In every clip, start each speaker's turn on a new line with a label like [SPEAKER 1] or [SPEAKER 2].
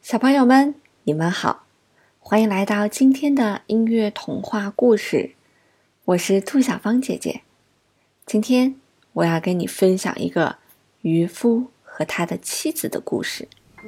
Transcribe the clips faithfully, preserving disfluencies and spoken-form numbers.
[SPEAKER 1] 小朋友们，你们好，欢迎来到今天的音乐童话故事，我是兔小芳姐姐。今天我要跟你分享一个渔夫和他的妻子的故事。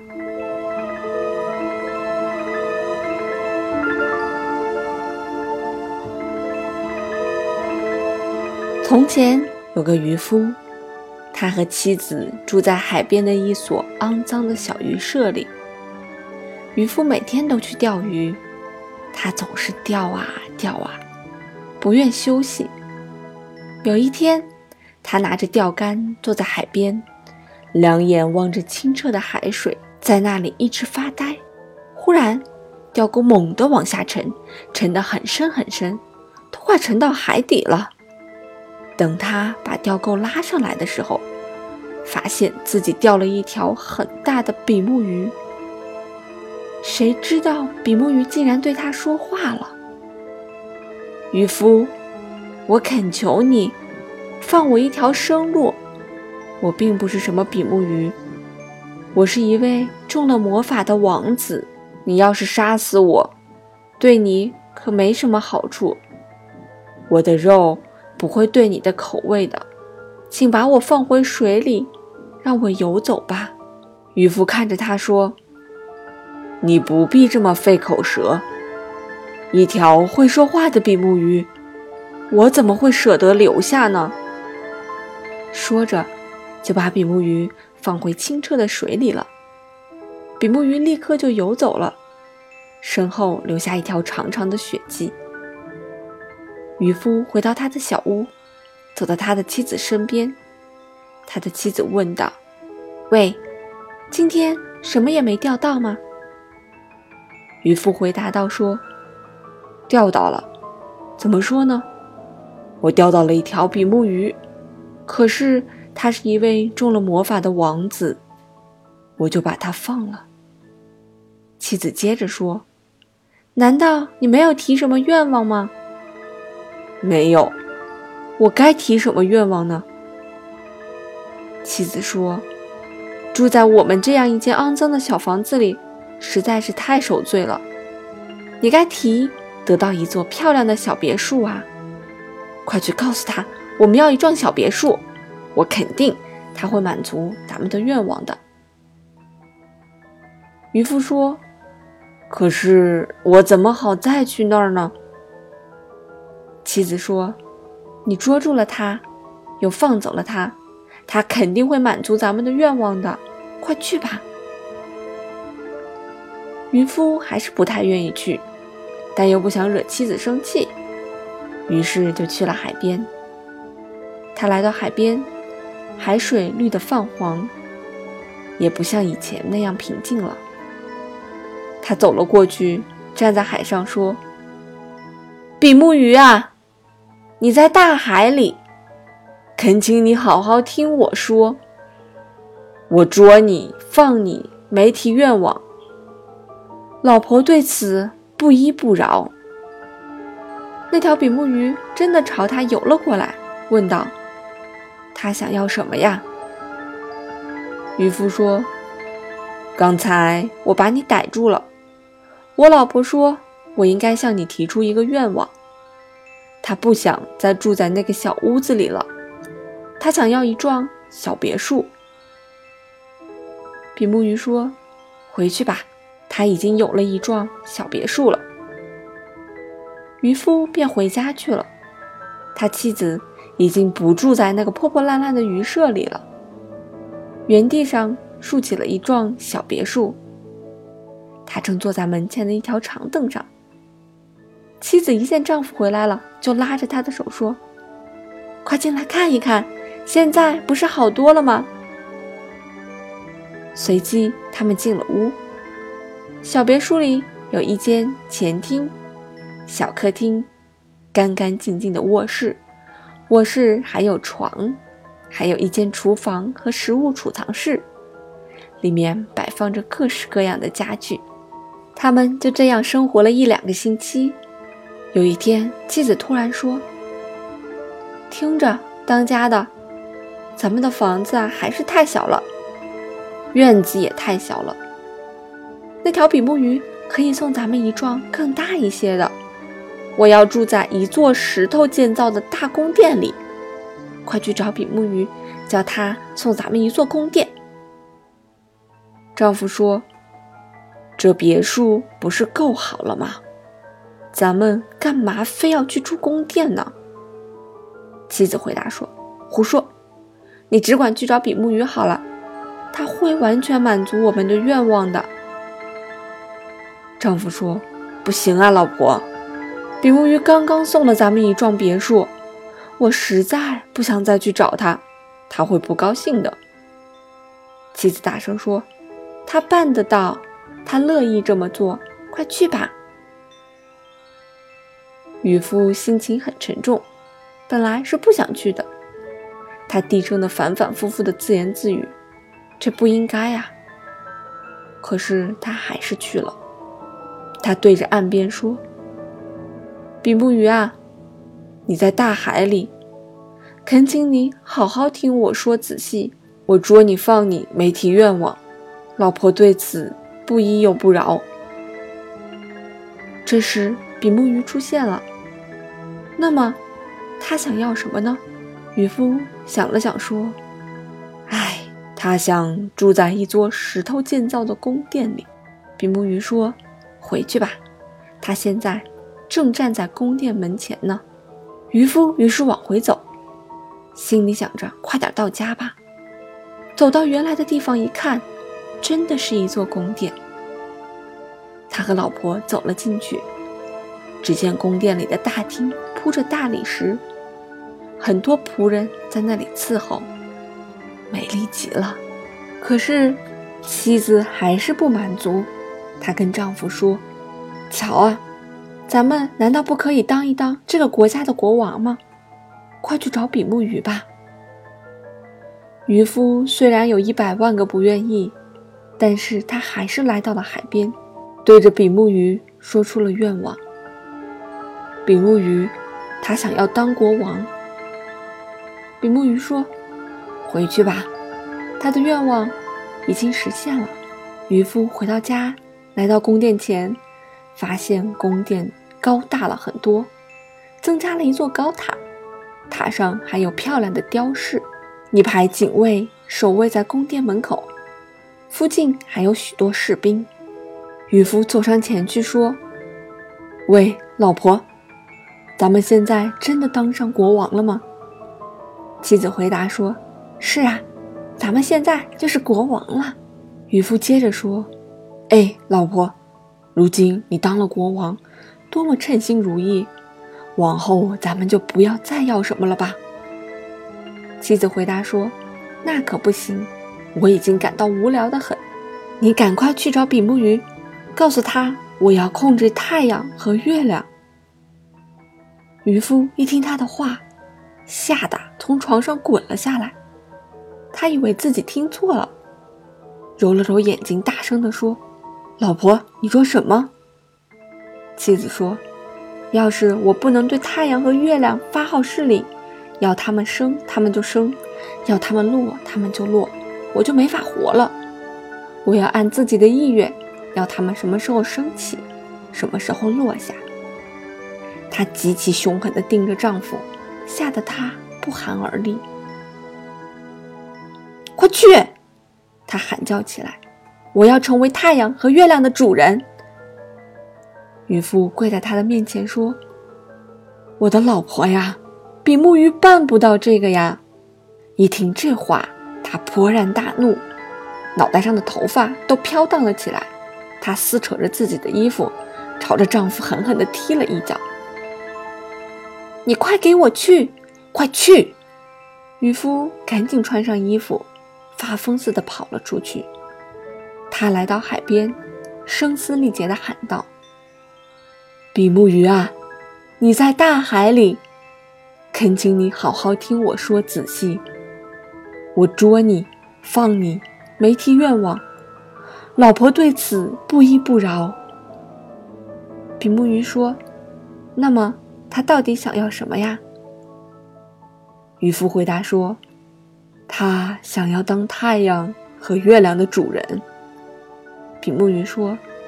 [SPEAKER 1] 从前有个渔夫，他和妻子住在海边的一所肮脏的小渔舍里。渔夫每天都去钓鱼，他总是钓啊钓啊，不愿休息。有一天，他拿着钓竿坐在海边，两眼望着清澈的海水，在那里一直发呆。忽然，钓钩猛地往下沉，沉得很深很深，都快沉到海底了。等他把钓钩拉上来的时候，发现自己钓了一条很大的比目鱼。谁知道比目鱼竟然对他说话了：渔夫，我恳求你，放我一条生路。我并不是什么比目鱼，我是一位中了魔法的王子。你要是杀死我，对你可没什么好处。我的肉不会对你的口味的，请把我放回水里，让我游走吧。渔夫看着他说：你不必这么费口舌，一条会说话的比目鱼，我怎么会舍得留下呢？说着，就把比目鱼放回清澈的水里了。比目鱼立刻就游走了，身后留下一条长长的血迹。渔夫回到他的小屋，走到他的妻子身边。他的妻子问道：喂，今天什么也没钓到吗？渔夫回答道说：钓到了。怎么说呢？我钓到了一条比目鱼，可是他是一位中了魔法的王子，我就把他放了。妻子接着说：难道你没有提什么愿望吗？没有。我该提什么愿望呢？妻子说：住在我们这样一间肮脏的小房子里实在是太受罪了，你该提得到一座漂亮的小别墅啊！快去告诉他，我们要一幢小别墅，我肯定他会满足咱们的愿望的。渔夫说：可是我怎么好再去那儿呢？妻子说：你捉住了他，又放走了他，他肯定会满足咱们的愿望的，快去吧。渔夫还是不太愿意去，但又不想惹妻子生气，于是就去了海边。他来到海边，海水绿得泛黄，也不像以前那样平静了。他走了过去，站在海上说：比目鱼啊，你在大海里，恳请你好好听我说。我捉你放你没提愿望，老婆对此不依不饶。那条比目鱼真的朝他游了过来，问道：他想要什么呀？渔夫说：刚才我把你逮住了，我老婆说我应该向你提出一个愿望，她不想再住在那个小屋子里了，她想要一幢小别墅。比目鱼说：回去吧，他已经有了一幢小别墅了。渔夫便回家去了，他妻子已经不住在那个破破烂烂的渔舍里了，原地上竖起了一幢小别墅。他正坐在门前的一条长凳上。妻子一见丈夫回来了，就拉着他的手说：快进来看一看，现在不是好多了吗？随即他们进了屋。小别墅里有一间前厅、小客厅、干干净净的卧室，卧室还有床，还有一间厨房和食物储藏室，里面摆放着各式各样的家具。他们就这样生活了一两个星期。有一天，妻子突然说：听着，当家的，咱们的房子啊还是太小了，院子也太小了， 那条比目鱼可以送咱们一幢更大一些的。我要住在一座石头建造的大宫殿里，快去找比目鱼，叫他送咱们一座宫殿。丈夫说，这别墅不是够好了吗？咱们干嘛非要去住宫殿呢？妻子回答说，胡说，你只管去找比目鱼好了，他会完全满足我们的愿望的。丈夫说，不行啊，老婆，比目鱼刚刚送了咱们一幢别墅，我实在不想再去找他，他会不高兴的。妻子大声说，他办得到，他乐意这么做，快去吧。渔夫心情很沉重，本来是不想去的，他低声的反反复复的自言自语，这不应该啊。可是他还是去了。他对着岸边说，比目鱼啊，你在大海里，恳请你好好听我说仔细，我捉你放你没提愿望，老婆对此不依又不饶。这时比目鱼出现了，那么他想要什么呢？渔夫想了想说，唉，他想住在一座石头建造的宫殿里。比目鱼说，回去吧，他现在正站在宫殿门前呢。渔夫于是往回走，心里想着快点到家吧。走到原来的地方一看，真的是一座宫殿。他和老婆走了进去，只见宫殿里的大厅铺着大理石，很多仆人在那里伺候，美丽极了。可是妻子还是不满足，她跟丈夫说，瞧啊，咱们难道不可以当一当这个国家的国王吗？快去找比目鱼吧。渔夫虽然有一百万个不愿意，但是他还是来到了海边，对着比目鱼说出了愿望。比目鱼，他想要当国王。比目鱼说，回去吧，他的愿望已经实现了。渔夫回到家，来到宫殿前，发现宫殿高大了很多，增加了一座高塔，塔上还有漂亮的雕饰，一排警卫守卫在宫殿门口，附近还有许多士兵。渔夫走上前去说，喂，老婆，咱们现在真的当上国王了吗？妻子回答说，是啊，咱们现在就是国王了。渔夫接着说，哎，老婆，如今你当了国王，多么称心如意，往后咱们就不要再要什么了吧。妻子回答说，那可不行，我已经感到无聊得很，你赶快去找比目鱼，告诉他我要控制太阳和月亮。渔夫一听他的话，吓得从床上滚了下来，他以为自己听错了，揉了揉眼睛，大声地说，老婆，你说什么？妻子说，要是我不能对太阳和月亮发号施令，要他们升他们就升，要他们落他们就落，我就没法活了。我要按自己的意愿，要他们什么时候升起，什么时候落下。她极其凶狠地盯着丈夫，吓得他不寒而栗。快去！她喊叫起来，我要成为太阳和月亮的主人。渔夫跪在她的面前说，我的老婆呀，比目鱼办不到这个呀。一听这话，她勃然大怒，脑袋上的头发都飘荡了起来，她撕扯着自己的衣服，朝着丈夫狠狠地踢了一脚。你快给我去，快去！渔夫赶紧穿上衣服，发疯似的跑了出去。他来到海边，声嘶力竭地喊道，比目鱼啊，你在大海里，恳请你好好听我说仔细，我捉你放你没提愿望，老婆对此不依不饶。比目鱼说，那么他到底想要什么呀？渔夫回答说，他想要当太阳和月亮的主人。比目鱼说，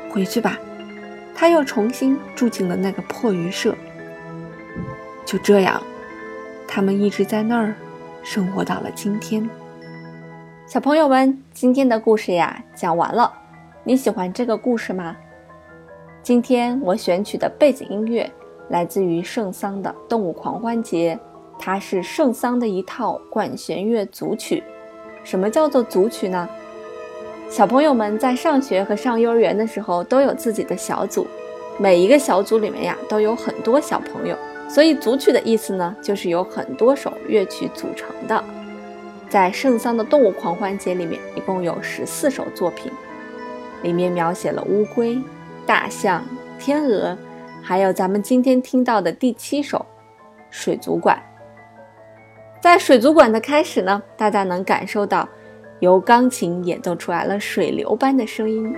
[SPEAKER 1] 回去吧。他又重新住进了那个破鱼舍。就这样，他们一直在那儿生活到了今天。小朋友们，今天的故事呀讲完了，你喜欢这个故事吗？今天我选取的背景音乐来自于圣桑的《动物狂欢节》，它是圣桑的一套管弦乐组曲。什么叫做组曲呢？小朋友们在上学和上幼儿园的时候都有自己的小组，每一个小组里面呀都有很多小朋友，所以组曲的意思呢就是有很多首乐曲组成的。在圣桑的动物狂欢节里面一共有十四首作品，里面描写了乌龟、大象、天鹅，还有咱们今天听到的第七首水族馆。在水族馆的开始呢，大家能感受到由钢琴演奏出来了水流般的声音。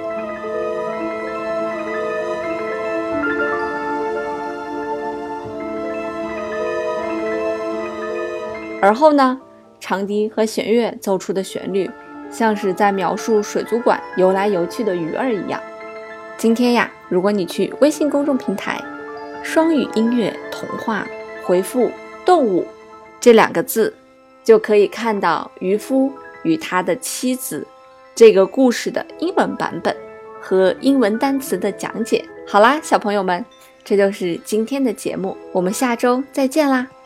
[SPEAKER 1] 而后呢，长笛和弦乐奏出的旋律像是在描述水族馆游来游去的鱼儿一样。今天呀，如果你去微信公众平台双语音乐童话回复动物这两个字，就可以看到渔夫与他的妻子这个故事的英文版本和英文单词的讲解。好啦，小朋友们，这就是今天的节目，我们下周再见啦。